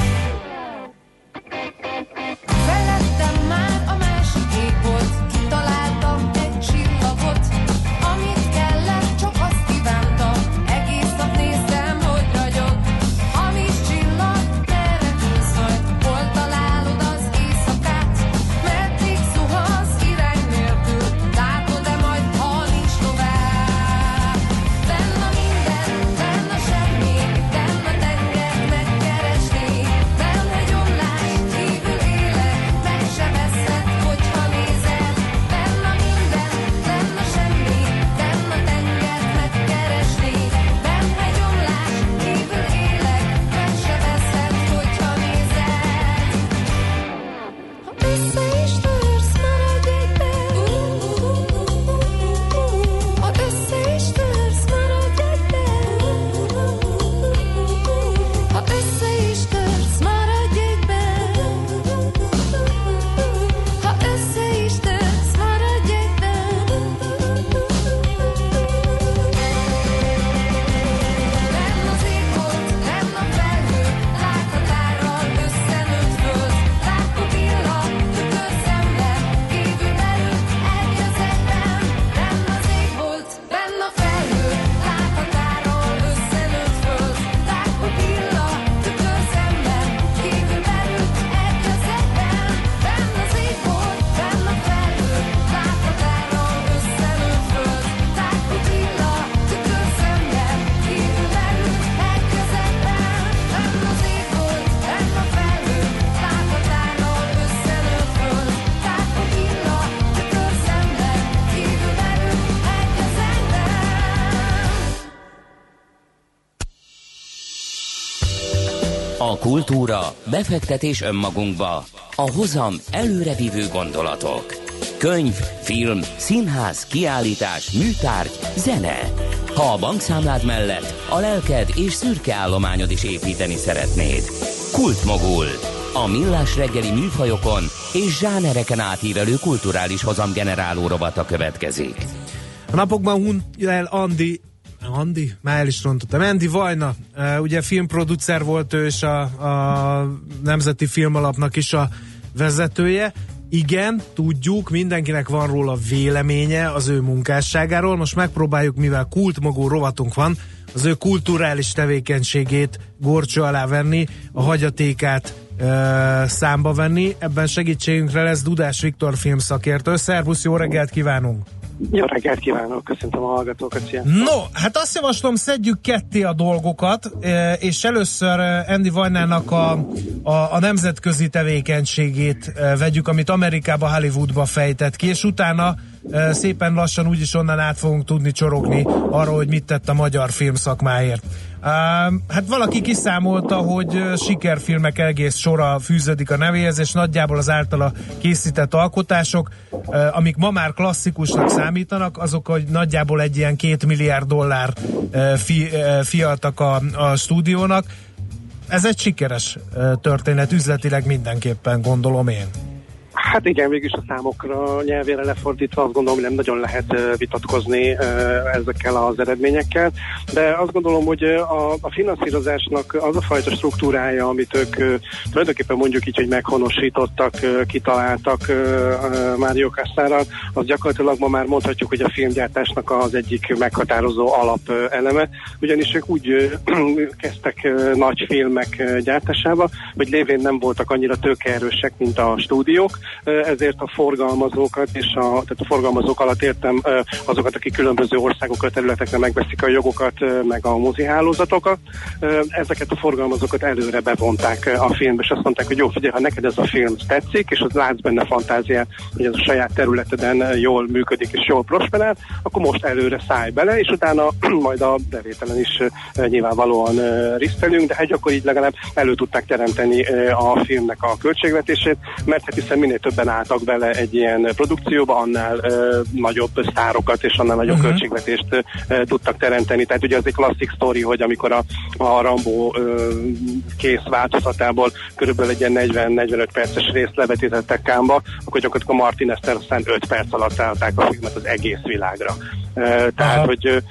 Felettem már a másik égbolt, kitaláltam egy csillagot. Amit kellett, csak azt kívántam, egész nap néztem, hogy ragyog. Hamis csillag, merre tűz vagy, hol találod az éjszakát? Meddig zuhansz irány nélkül, látod-e majd, ha nincs tovább? Benn a minden, benn a semmi, benn a tengert megkeresni. Benn egy omlás, kívül élek, megsebezhet, hogyha nézed. Benn a minden, benn a semmi, benn a tengert megkeresni. Benn egy omlás, kívül élek, megsebezhet, hogyha nézed. Ha össze is törsz, maradj egyben. Ha össze is törsz, maradj egyben. Ha össze is törsz, maradj egyben. Ha össze is törsz, maradj egyben. Benn az égbolt, benn a felhő, lághatárral összenőtt föld. Látkupilla, tükörszemben, kívül belül, egy közegben. Benn az égbolt, benn a felhő, lághatárral összenőtt föld. Látkupilla, tükörszemben, kívül belül, egy közegben. Benn az égbolt, benn a felhő, lághatárral összenőtt föld. Látkupilla, tükörszemben, kívül belül, egy közegben. Benn az égbolt, benn a felhő, lághatárral összenőtt föld. Látkupilla, tükörszemben, kívül belül, egy közegben. A kultúra, befektetés önmagunkba, a hozam előrevívő gondolatok. Könyv, film, színház, kiállítás, műtárgy, zene. Ha a bankszámlád mellett a lelked és szürke állományod is építeni szeretnéd. Kultmogul. A millás reggeli műfajokon és zsánereken átívelő kulturális hozamgeneráló rovata következik. A napokban hunyt el Andi? Már el is rontottam. Andy Vajna, ugye filmproducer volt ő, és a Nemzeti Filmalapnak is a vezetője. Igen, tudjuk, mindenkinek van róla véleménye az ő munkásságáról. Most megpróbáljuk, mivel kultmogul rovatunk van, az ő kulturális tevékenységét górcső alá venni, a hagyatékát számba venni. Ebben segítségünkre lesz Dudás Viktor filmszakértő. Szervusz, jó reggelt kívánunk! Jó reggelt kívánok, köszöntöm a hallgatókat. No, hát azt javaslom, szedjük ketté a dolgokat, és először Andy Vajnának a nemzetközi tevékenységét vegyük, amit Amerikába, Hollywoodba fejtett ki, és utána szépen lassan úgyis onnan át fogunk tudni csorogni arra, hogy mit tett a magyar filmszakmáért. Hát valaki kiszámolta, hogy sikerfilmek egész sora fűződik a nevéhez, és nagyjából az általa készített alkotások, amik ma már klasszikusnak számítanak, azok, hogy nagyjából egy ilyen $2 milliárd fialtak a stúdiónak. Ez egy sikeres történet, üzletileg mindenképpen, gondolom én. Hát igen, végülis a számokra nyelvére lefordítva azt gondolom, hogy nem nagyon lehet vitatkozni ezekkel az eredményekkel, de azt gondolom, hogy a finanszírozásnak az a fajta struktúrája, amit ők tulajdonképpen mondjuk így, hogy meghonosítottak, kitaláltak Mário Kassárral, az gyakorlatilag ma már mondhatjuk, hogy a filmgyártásnak az egyik meghatározó alapeleme, ugyanis ők úgy kezdtek nagy filmek gyártásába, hogy lévén nem voltak annyira tőkeerősek, mint a stúdiók, ezért a forgalmazókat, tehát a forgalmazók alatt értem azokat, akik különböző országokra, területekre megveszik a jogokat, meg a mozihálózatokat, ezeket a forgalmazókat előre bevonták a filmbe, és azt mondták, hogy jó, figyelj, ha neked ez a film tetszik, és az látsz benne fantáziát, hogy ez a saját területeden jól működik és jól prosperál, akkor most előre szállj bele, és utána majd a bevételen is nyilvánvalóan risztelünk, de hát akkor így legalább elő tudták teremteni a filmnek a költségvetését, mert hát hiszen minél többen álltak bele egy ilyen produkcióba, annál nagyobb sztárokat és annál nagyobb költségvetést tudtak teremteni. Tehát ugye az egy klasszik sztori, hogy amikor a Rambo kész változatából körülbelül egy ilyen 40-45 perces részt levetítettek Cannes-ba, akkor gyakorlatilag a Martin-Ester aztán 5 perc alatt állták a filmet az egész világra. Tehát, hogy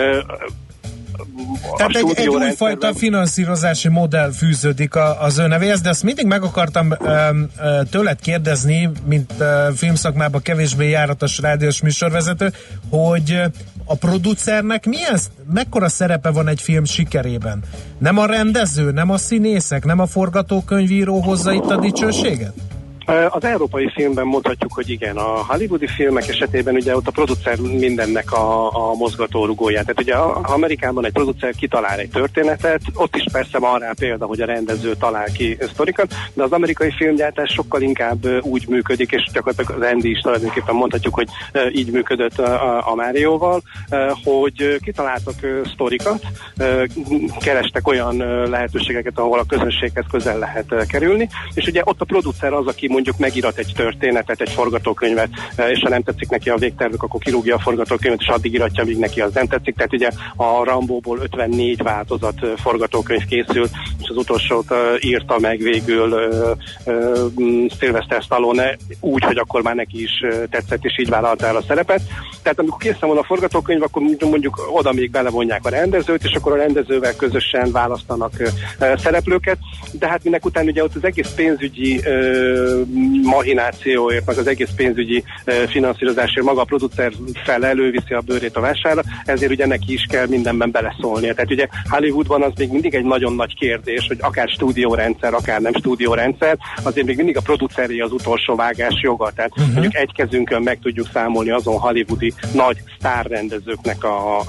tehát egy újfajta finanszírozási modell fűződik az ő nevéhez, de azt mindig meg akartam tőled kérdezni, mint filmszakmában kevésbé járatos rádiós műsorvezető, hogy a producernek mekkora szerepe van egy film sikerében? Nem a rendező, nem a színészek, nem a forgatókönyvíró hozza itt a dicsőséget? Az európai filmben mondhatjuk, hogy igen, a hollywoodi filmek esetében ugye ott a producer mindennek a mozgatórugóját. Tehát ugye Amerikában egy producer kitalál egy történetet, ott is persze van rá példa, hogy a rendező talál ki sztorikat, de az amerikai filmgyártás sokkal inkább úgy működik, és gyakorlatilag az Andy is tulajdonképpen mondhatjuk, hogy így működött a Márióval, hogy kitaláltak sztorikat, kerestek olyan lehetőségeket, ahol a közönséghez közel lehet kerülni, és ugye ott a producer az, aki mondjuk megírat egy történetet, egy forgatókönyvet, és ha nem tetszik neki a végtervük, akkor kirúgja a forgatókönyvet, és addig iratja, míg neki az nem tetszik. Tehát ugye a Rambóból 54 változat forgatókönyv készült, és az utolsót írta meg végül Sylvester Stallone úgy, hogy akkor már neki is tetszett, és így vállalta el a szerepet. Tehát amikor készen van a forgatókönyv, akkor mondjuk oda még belevonják a rendezőt, és akkor a rendezővel közösen választanak szereplőket, de hát minek után ugye ott az egész pénzügyi mahinációért, meg az egész pénzügyi finanszírozásért maga a producer fel előviszi a bőrét a vására, ezért ugye neki is kell mindenben beleszólnia. Tehát ugye Hollywoodban az még mindig egy nagyon nagy kérdés, hogy akár stúdiórendszer, akár nem stúdiórendszer, azért még mindig a produceri az utolsó vágás joga. Tehát mondjuk egy kezünkön meg tudjuk számolni azon hollywoodi nagy sztárrendezőknek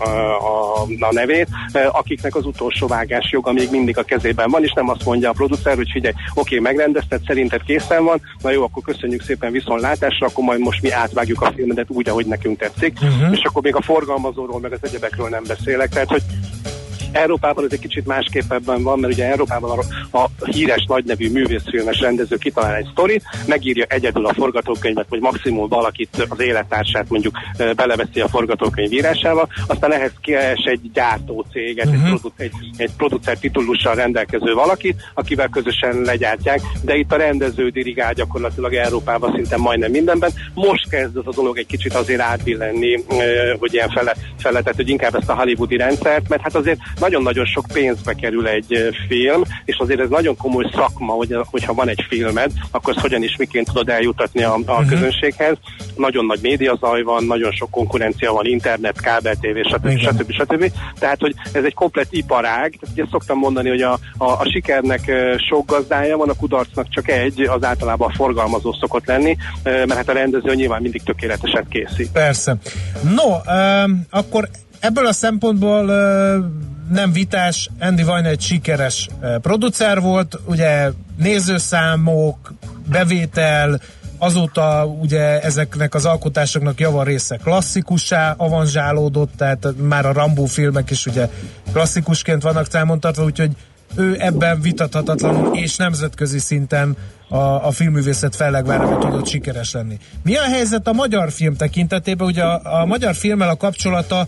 a nevét, akiknek az utolsó vágás joga még mindig a kezében van, és nem azt mondja a producer, hogy figyelj, oké, megrendezted, szerinted készen van, na jó, akkor köszönjük szépen viszontlátásra, akkor majd most mi átvágjuk a filmet úgy, ahogy nekünk tetszik, és akkor még a forgalmazóról, meg az egyebekről nem beszélek, tehát hogy Európában ez egy kicsit másképpen van, mert ugye Európában a híres nagynevű művészfilmes rendező kitalál egy sztorit, megírja egyedül a forgatókönyvet, vagy maximum valakit, az élettársát mondjuk beleveszi a forgatókönyv írásába, aztán ehhez keres egy gyártócéget, egy producer titulussal rendelkező valakit, akivel közösen legyártják, de itt a rendező dirigál gyakorlatilag Európában szinte majdnem mindenben. Most kezd az a dolog egy kicsit azért átbillenni, hogy ilyen feletet, hogy inkább ezt a hollywoodi rendszert, mert hát azért nagyon-nagyon sok pénzbe kerül egy film, és azért ez nagyon komoly szakma, hogyha van egy filmed, akkor ezt hogyan és miként tudod eljutatni a közönséghez. Nagyon nagy médiazaj van, nagyon sok konkurencia van, internet, kábel tévé, stb. Tehát, hogy ez egy komplett iparág. Tehát ugye szoktam mondani, hogy a sikernek sok gazdája van, a kudarcnak csak egy, az általában a forgalmazó szokott lenni, mert hát a rendező nyilván mindig tökéleteset készít. Persze. No, akkor ebből a szempontból nem vitás, Andy Vajna egy sikeres producer volt, ugye nézőszámok, bevétel, azóta ugye ezeknek az alkotásoknak javarésze klasszikussá avanzsálódott, tehát már a Rambo filmek is ugye klasszikusként vannak számon tartva, úgyhogy ő ebben vitathatatlanul és nemzetközi szinten a filmművészet fellegvárában tudott sikeres lenni. Mi a helyzet a magyar film tekintetében? Ugye a magyar filmmel a kapcsolata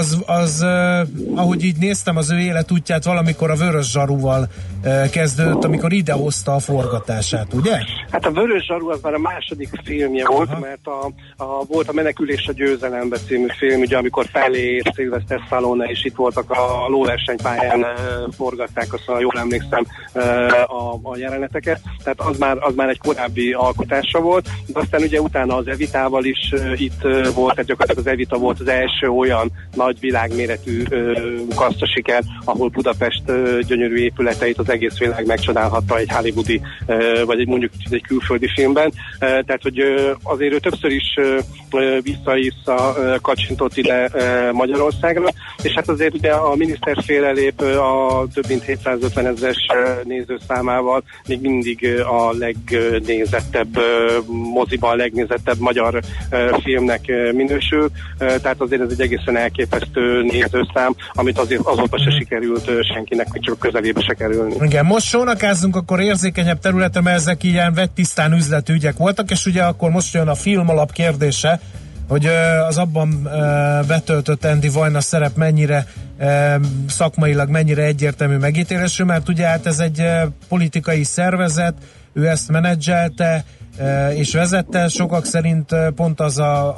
az ahogy így néztem az ő életútját, valamikor a Vörös Zsarúval kezdődött, amikor idehozta a forgatását, ugye? Hát a Vörös Zsaru az már a második filmje volt, mert volt a Menekülés a győzelembe című film, ugye amikor Pelé, Sylvester Stallone is itt voltak a lóversenypályán, forgatták, azt jól emlékszem, a jeleneteket, tehát az már egy korábbi alkotása volt, de aztán ugye utána az Evitával is itt volt, tehát gyakorlatilag az Evita volt az első olyan nagy világméretű kasztasiker, ahol Budapest gyönyörű épületeit az egész világ megcsodálhatta egy hollywoodi, vagy mondjuk egy külföldi filmben, tehát hogy azért ő többször is vissza-vissza kacsintott ide Magyarországra, és hát azért ugye a miniszter félrelép a több mint 750 000-es nézőszámával még mindig a legnézettebb moziban, legnézettebb magyar filmnek minősül, tehát azért ez egy egészen elképesztő nézőszám, amit azért azóta se sikerült senkinek, csak közelébe se kerülni. Igen, most sónakázzunk akkor érzékenyebb területen, mert ezek ilyen vettisztán üzleti ügyek voltak, és ugye akkor most jön a film alap kérdése, hogy az abban betöltött Andy Vajna szerep mennyire szakmailag mennyire egyértelmű megítélésű, mert ugye hát ez egy politikai szervezet, ő ezt menedzselte és vezette, sokak szerint pont az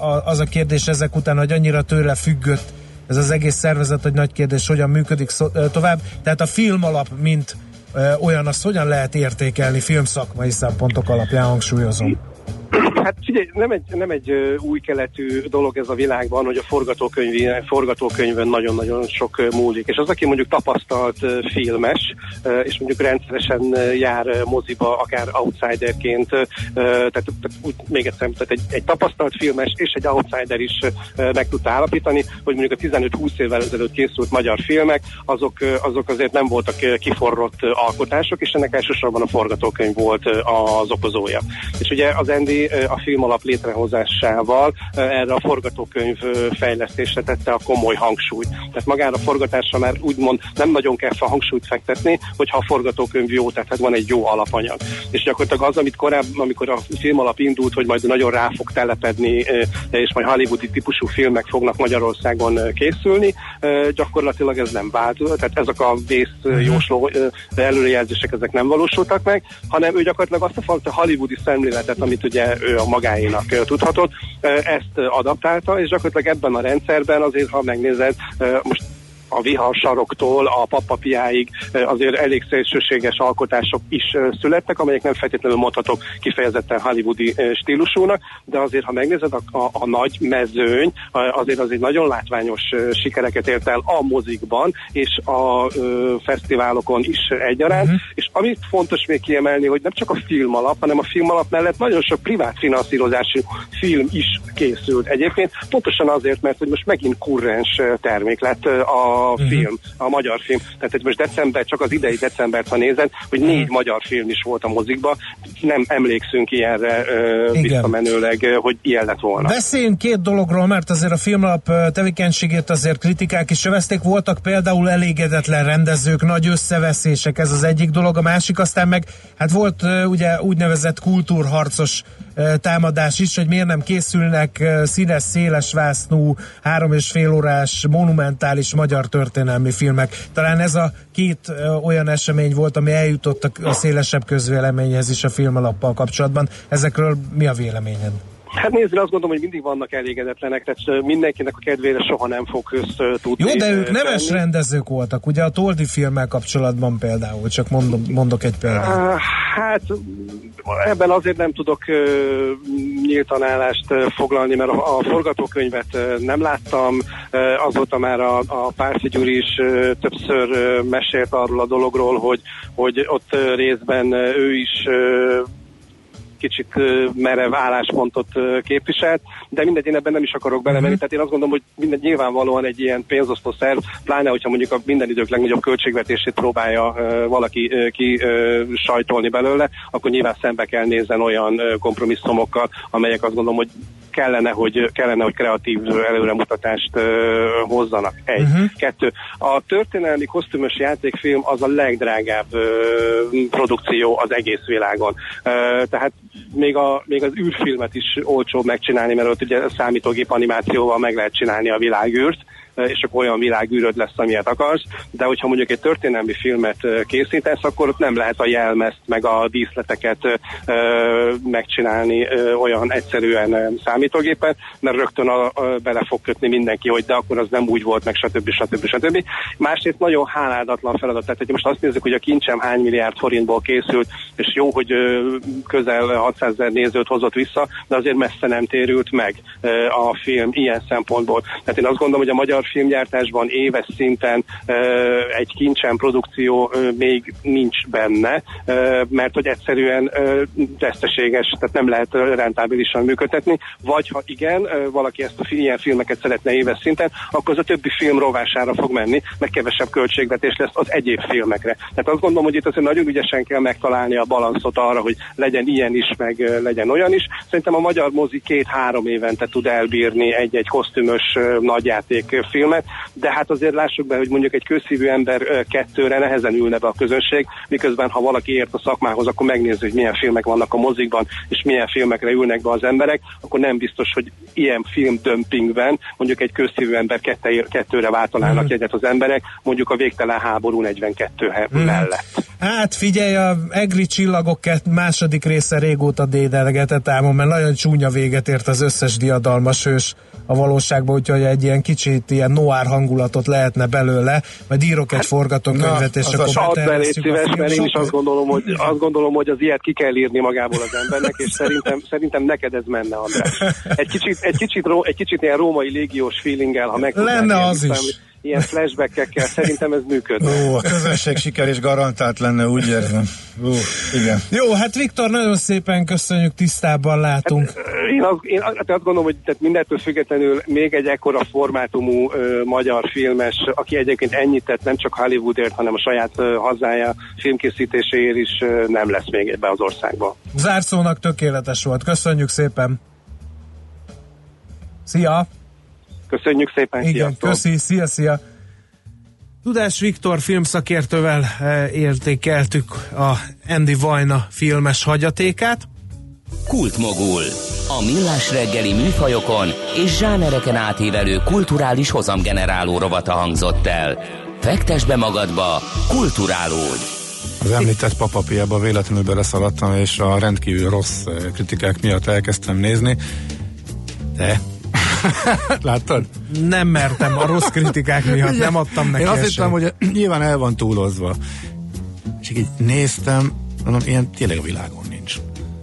a kérdés ezek után, hogy annyira tőle függött ez az egész szervezet, hogy nagy kérdés, hogyan működik tovább. Tehát a film alap, mint olyan, azt hogyan lehet értékelni filmszakmai szempontok alapján, hangsúlyozom? Hát figyelj, nem egy új keletű dolog ez a világban, hogy a forgatókönyvön nagyon-nagyon sok múlik. És az, aki mondjuk tapasztalt filmes, és mondjuk rendszeresen jár moziba, akár outsiderként, tehát még egyszer, tehát egy tapasztalt filmes és egy outsider is meg tudta állapítani, hogy mondjuk a 15-20 évvel ezelőtt készült magyar filmek, azok azért nem voltak kiforrott alkotások, és ennek elsősorban a forgatókönyv volt az okozója. És ugye az Andy a film alap létrehozásával erre a forgatókönyv fejlesztésre tette a komoly hangsúlyt. Tehát magára a forgatásra már úgymond nem nagyon kell hangsúlyt fektetni, hogyha a forgatókönyv jó, tehát van egy jó alapanyag. És gyakorlatilag az, amit korábban, amikor a film alap indult, hogy majd nagyon rá fog telepedni, és majd hollywoodi típusú filmek fognak Magyarországon készülni, gyakorlatilag ez nem változott, tehát ezek a vészjósló előrejelzések ezek nem valósultak meg, hanem ő gyakorlatilag azt a fajta hollywoodi szemléletet, amit ugye ő a magáénak tudhatott, ezt adaptálta, és gyakorlatilag ebben a rendszerben azért, ha megnézed, most a viharsaroktól a pappapiáig azért elég szélsőséges alkotások is születtek, amelyek nem feltétlenül mondhatok kifejezetten hollywoodi stílusúnak, de azért, ha megnézed a nagy mezőny, azért az egy nagyon látványos sikereket ért el a mozikban, és a fesztiválokon is egyaránt, és amit fontos még kiemelni, hogy nem csak a film alap, hanem a film alap mellett nagyon sok privát finanszírozású film is készült. Egyébként pontosan azért, mert hogy most megint kurrens termék lett a film, a magyar film. Tehát most december, csak az idei decembert, ha nézed, hogy 4 magyar film is volt a mozikba, nem emlékszünk ilyenre visszamenőleg, hogy ilyen lett volna. Beszéljünk 2 dologról, mert azért a filmalap tevékenységét azért kritikák is övezték, voltak például elégedetlen rendezők, nagy összeveszések, ez az egyik dolog, a másik aztán meg, hát volt ugye úgynevezett kultúrharcos támadás is, hogy miért nem készülnek színes, széles vásznú, 3,5 órás, monumentális magyar történelmi filmek. Talán ez a 2 olyan esemény volt, ami eljutott a szélesebb közvéleményhez is a filmalappal kapcsolatban. Ezekről mi a véleményed? Hát nézd, azt gondolom, hogy mindig vannak elégedetlenek, tehát mindenkinek a kedvére soha nem fog tudni. Jó, de ők neves rendezők voltak, ugye a Toldi filmmel kapcsolatban például, csak mondok egy példát. Hát ebben azért nem tudok nyíltan állást foglalni, mert a forgatókönyvet nem láttam, azóta már a Pálffy Gyuri is többször mesélt arról a dologról, hogy ott részben ő is kicsit merev álláspontot képviselt, de mindegy, én ebben nem is akarok belemenni, tehát én azt gondolom, hogy minden nyilvánvalóan egy ilyen pénzosztó szerv, pláne, hogyha mondjuk a minden idők legnagyobb költségvetését próbálja valaki sajtolni belőle, akkor nyilván szembe kell nézzen olyan kompromisszumokkal, amelyek azt gondolom, hogy kellene, hogy kreatív előremutatást hozzanak. 1. 2. A történelmi kosztümös játékfilm az a legdrágább produkció az egész világon. Tehát még az űrfilmet is olcsóbb megcsinálni, mert ott ugye számítógép animációval meg lehet csinálni a világűrt, és akkor olyan világűröd lesz, amilyet akarsz, de hogyha mondjuk egy történelmi filmet készítesz, akkor ott nem lehet a jelmezt, meg a díszleteket megcsinálni olyan egyszerűen számítógépen, mert rögtön bele fog kötni mindenki, hogy de akkor az nem úgy volt, meg stb. Másrészt nagyon háládatlan feladat, tehát hogy most azt nézzük, hogy a Kincsem hány milliárd forintból készült, és jó, hogy közel 600 000 nézőt hozott vissza, de azért messze nem térült meg a film ilyen szempontból. Tehát én azt gondolom, hogy a magyar filmgyártásban éves szinten egy Kincsem produkció még nincs benne, mert hogy egyszerűen veszteséges, tehát nem lehet rentábilisan működtetni, vagy ha igen, valaki ezt ilyen filmeket szeretne éves szinten, akkor az a többi film rovására fog menni, meg kevesebb költségvetés lesz az egyéb filmekre. Tehát azt gondolom, hogy itt azért nagyon ügyesen kell megtalálni a balanszot arra, hogy legyen ilyen is, meg legyen olyan is. Szerintem a magyar mozi 2-3 évente tud elbírni egy kosztümös nagyjáték filmet, de hát azért lássuk be, hogy mondjuk egy közszívű ember 2-re nehezen ülne be a közönség, miközben ha valaki ért a szakmához, akkor megnézi, hogy milyen filmek vannak a mozikban, és milyen filmekre ülnek be az emberek, akkor nem biztos, hogy ilyen filmdömpingben mondjuk egy közszívű ember 2-re váltanának jegyet az emberek, mondjuk a Végtelen háború 42 mellett. Hát figyelj, a Egri csillagok második része régóta dédelgetett álmom, mert nagyon csúnya véget ért az összes diadalmas hős a valóságban, úgyhogy egy ilyen kicsit ilyen noir hangulatot lehetne belőle, majd írok egy forgatókönyvet, és akkor beterjesztjük a film. Én is azt gondolom, hogy az ilyet ki kell írni magából az embernek, és szerintem neked ez menne, András. Egy kicsit ilyen római légiós feelinggel, ha meg lenne az is. Ilyen flashback-ekkel szerintem ez működne. A közönség siker is garantált lenne, úgy érzem. Igen. Jó, hát Viktor, nagyon szépen köszönjük, tisztában látunk. Hát, én azt gondolom, hogy tehát mindentől függetlenül még egy ekkora formátumú magyar filmes, aki egyébként ennyit tett nem csak Hollywoodért, hanem a saját hazája filmkészítéséért is nem lesz még ebben az országban. Zárszónak tökéletes volt. Köszönjük szépen. Szia! Köszönjük szépen, igen, köszi, szia! Tudás Viktor filmszakértővel értékeltük a Andy Vajna filmes hagyatékát. Kultmogul. A millás reggeli műfajokon és zsánereken átívelő kulturális hozamgeneráló rovata hangzott el. Fektesd be magadba, kulturálódj! Az említett Papapiába véletlenül beleszaladtam, és a rendkívül rossz kritikák miatt elkezdtem nézni, de láttad? Nem mertem, a rossz kritikák miatt nem adtam neki. Én azt hittem, hogy nyilván el van túlozva. És így néztem, mondom, ilyen tényleg a világon nincs.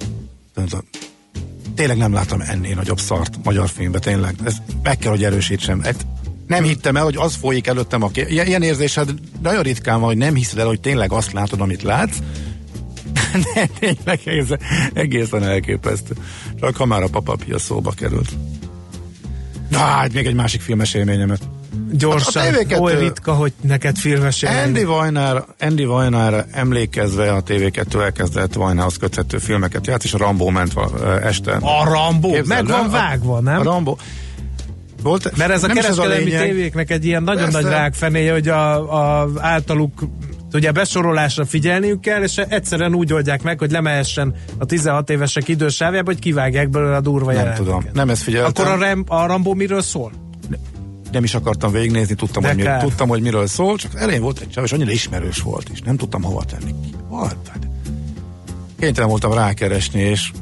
Tényleg nem láttam ennél nagyobb szart magyar filmben, tényleg. Ez meg kell, hogy erősítsem. Nem hittem el, hogy az folyik előttem. Ilyen érzésed nagyon ritkán van, hogy nem hiszed el, hogy tényleg azt látod, amit látsz. De tényleg egészen elképesztő. Csak ha már a Papapia szóba került. Na, hát még egy másik filmes élményemet. Gyorsan, oly ritka, hogy neked filmes élmény. Andy Vajnára emlékezve a TV2 elkezdett Vajnához köthető filmeket járt, és a Rambo ment este. A Rambo? Meg van vágva, nem? A Rambo. Volt, mert ez a kereskedelmi tévéknek egy ilyen nagyon nagy rákfenéje, hogy a általuk ugye besorolásra figyelniük kell, és egyszerűen úgy oldják meg, hogy lemehessen a 16 évesek idősávjába, hogy kivágják belőle a durva jelenteket. Nem tudom, nem ezt figyeltem. Akkor a Rambo miről szól? Nem is akartam végignézni, tudtam, hogy miről szól, csak elején volt egy csav, és annyira ismerős volt is. Nem tudtam hova tenni. Kénytelen voltam rákeresni, és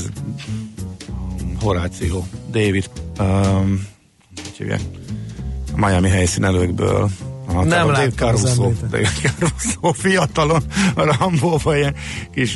Horáció, David, hogy hívják, Miami helyszínelőkből. Nem láttam az Dave Caruso fiatalon a Rambóban ilyen kis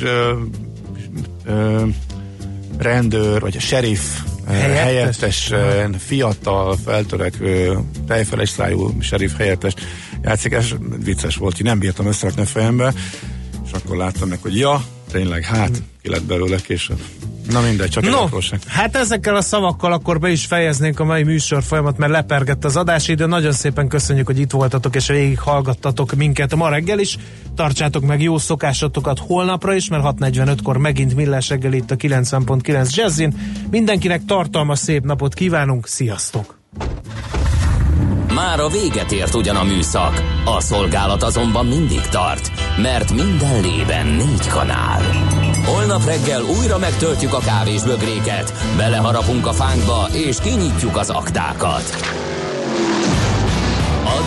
rendőr, vagy a sheriff helyettes fiatal, feltörekvő, tejfeles szájú sheriff helyettes játszik, és vicces volt, hogy nem bírtam összerakni a fejembe, és akkor láttam meg, hogy tényleg, ki lett belőle később. Na mindegy, csak egy apróság. Hát ezekkel a szavakkal akkor be is fejeznénk a mai műsor folyamat, mert lepergett az adásidő. Nagyon szépen köszönjük, hogy itt voltatok, és végig hallgattatok minket ma reggel is. Tartsátok meg jó szokásotokat holnapra is, mert 6:45-kor megint Millás reggel itt a 90.9 Jazzin. Mindenkinek tartalmas szép napot kívánunk, sziasztok! Már a véget ért ugyan a műszak, a szolgálat azonban mindig tart, mert minden lében 4 kanál. Holnap reggel újra megtöltjük a kávésbögréket, beleharapunk a fánkba és kinyitjuk az aktákat.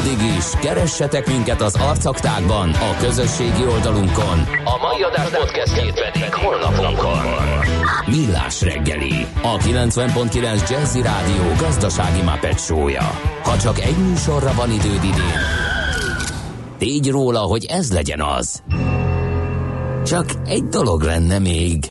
Addig is, keressetek minket az arcaktákban, a közösségi oldalunkon. A mai adás podcastjét pedig holnapunkon. Millás reggeli, a 90.9 Jazzy Rádió gazdasági Muppet show-ja. Ha csak egy műsorra van időd idén, tégy róla, hogy ez legyen az. Csak egy dolog lenne még.